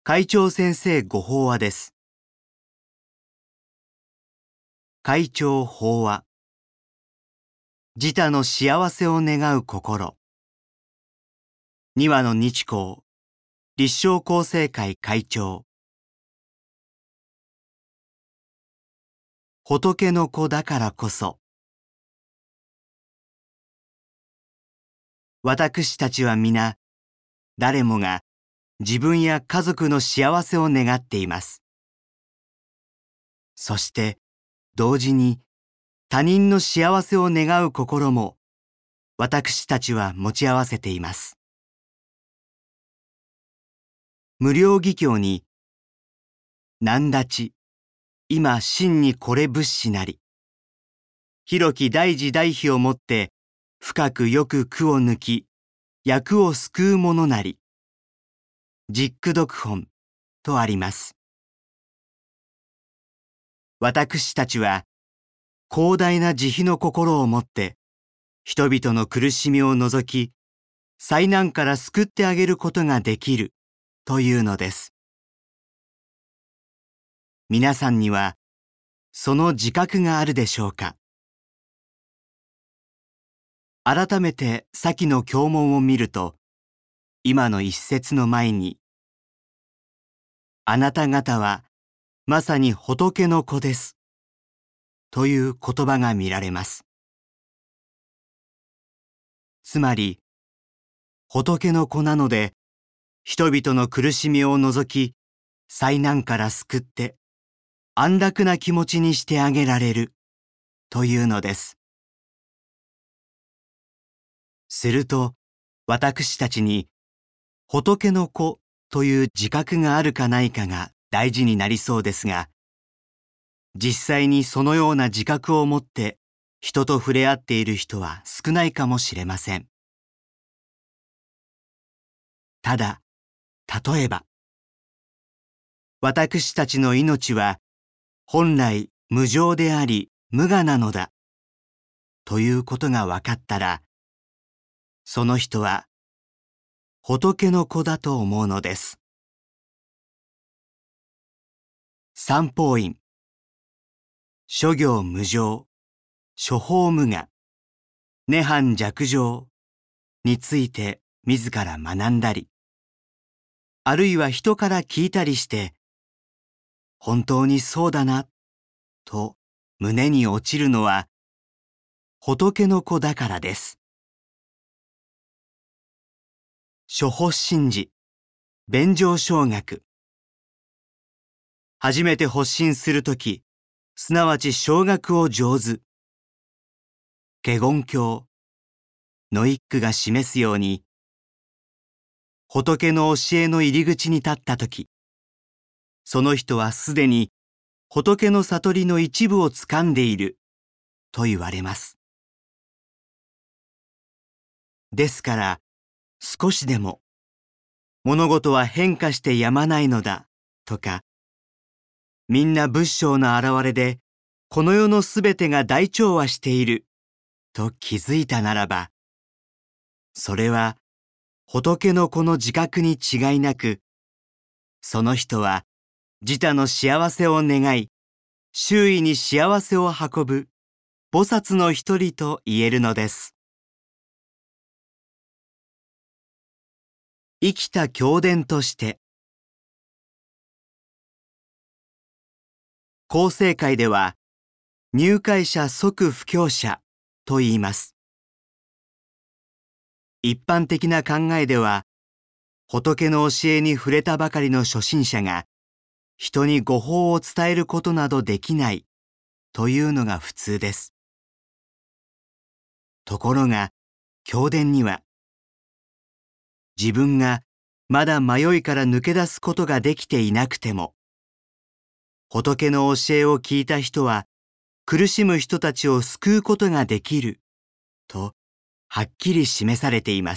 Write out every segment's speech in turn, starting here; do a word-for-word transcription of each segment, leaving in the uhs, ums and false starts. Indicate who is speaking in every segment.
Speaker 1: 会長先生ご法話です。会長法話。自他の幸せを願う心。にわの日光、立正厚生会会長。仏の子だからこそ。私たちは皆、誰もが自分や家族の幸せを願っています。そして、同時に他人の幸せを願う心も、私たちは持ち合わせています。無量義経に、なんだち、今真にこれ仏師なり。広き大慈大悲をもって、深くよく苦を抜き、役を救うものなり。実句読本とあります。私たちは、広大な慈悲の心をもって、人々の苦しみを除き、災難から救ってあげることができるというのです。皆さんには、その自覚があるでしょうか。改めて先の経文を見ると、今の一節の前に、あなた方はまさに仏の子です、という言葉が見られます。つまり、仏の子なので、人々の苦しみを除き、災難から救って、安楽な気持ちにしてあげられる、というのです。すると、私たちに、仏の子という自覚があるかないかが大事になりそうですが、実際にそのような自覚を持って人と触れ合っている人は少ないかもしれません。ただ、例えば、私たちの命は本来無常であり無我なのだ、ということが分かったら、その人は仏の子だと思うのです。三法院、諸行無常、諸法無我、涅槃寂静について自ら学んだり、あるいは人から聞いたりして、本当にそうだな、と胸に落ちるのは、仏の子だからです。諸法信事、弁上小学。初めて発信するとき、すなわち小学を上手。華厳経の一句が示すように、仏の教えの入り口に立ったとき、その人はすでに仏の悟りの一部をつかんでいると言われます。ですから、少しでも物事は変化してやまないのだとか、みんな仏性の現れでこの世のすべてが大調和していると気づいたならば、それは仏の子の自覚に違いなく、その人は自他の幸せを願い、周囲に幸せを運ぶ菩薩の一人と言えるのです。生きた経典として、厚生会では入会者即布教者と言います。一般的な考えでは、仏の教えに触れたばかりの初心者が人に御法を伝えることなどできないというのが普通です。ところが、経典には、自分がまだ迷いから抜け出すことができていなくても、仏の教えを聞いた人は苦しむ人たちを救うことができるとはっきり示されています。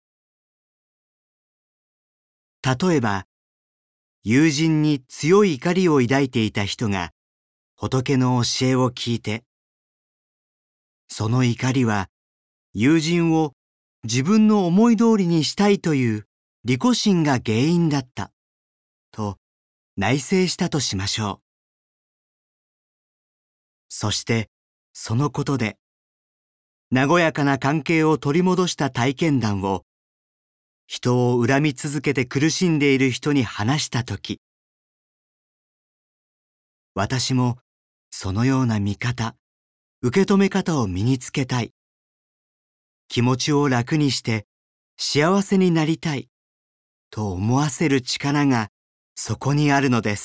Speaker 1: 例えば、友人に強い怒りを抱いていた人が仏の教えを聞いて、その怒りは友人を自分の思い通りにしたいという利己心が原因だったと内省したとしましょう。そしてそのことで和やかな関係を取り戻した体験談を人を恨み続けて苦しんでいる人に話したとき、私もそのような見方、受け止め方を身につけたい。気持ちを楽にして幸せになりたいと思わせる力がそこにあるのです。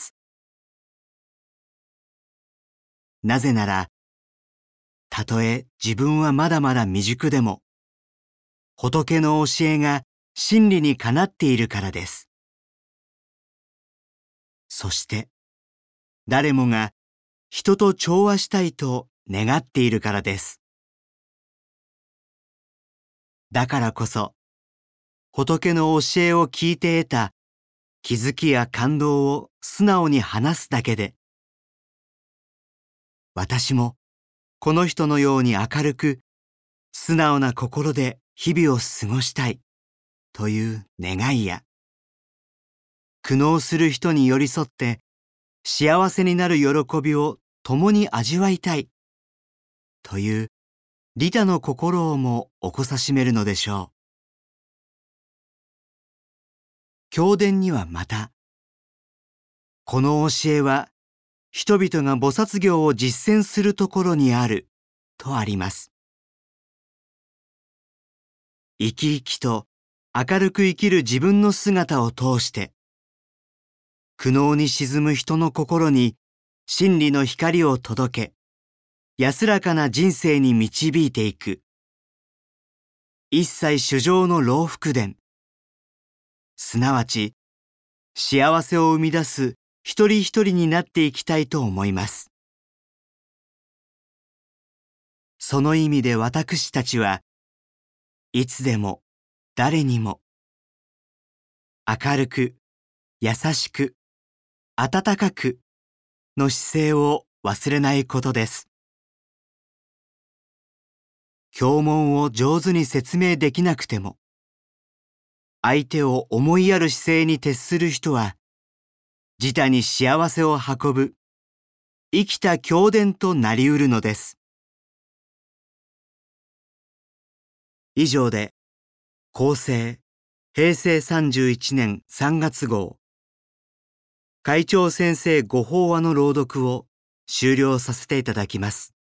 Speaker 1: なぜなら、たとえ自分はまだまだ未熟でも、仏の教えが真理にかなっているからです。そして、誰もが人と調和したいと願っているからです。だからこそ、仏の教えを聞いて得た気づきや感動を素直に話すだけで、私もこの人のように明るく、素直な心で日々を過ごしたいという願いや、苦悩する人に寄り添って幸せになる喜びを共に味わいたいという利他の心をも起こさしめるのでしょう。経典にはまた、この教えは人々が菩薩行を実践するところにあるとあります。生き生きと明るく生きる自分の姿を通して、苦悩に沈む人の心に真理の光を届け、安らかな人生に導いていく。一切衆生の労福伝、すなわち幸せを生み出す一人一人になっていきたいと思います。その意味で私たちはいつでも誰にも明るく優しく温かくの姿勢を忘れないことです。経文を上手に説明できなくても、相手を思いやる姿勢に徹する人は自他に幸せを運ぶ生きた経典となりうるのです。以上で厚生へいせいさんじゅういちねんさんがつ号会長先生ご法話の朗読を終了させていただきます。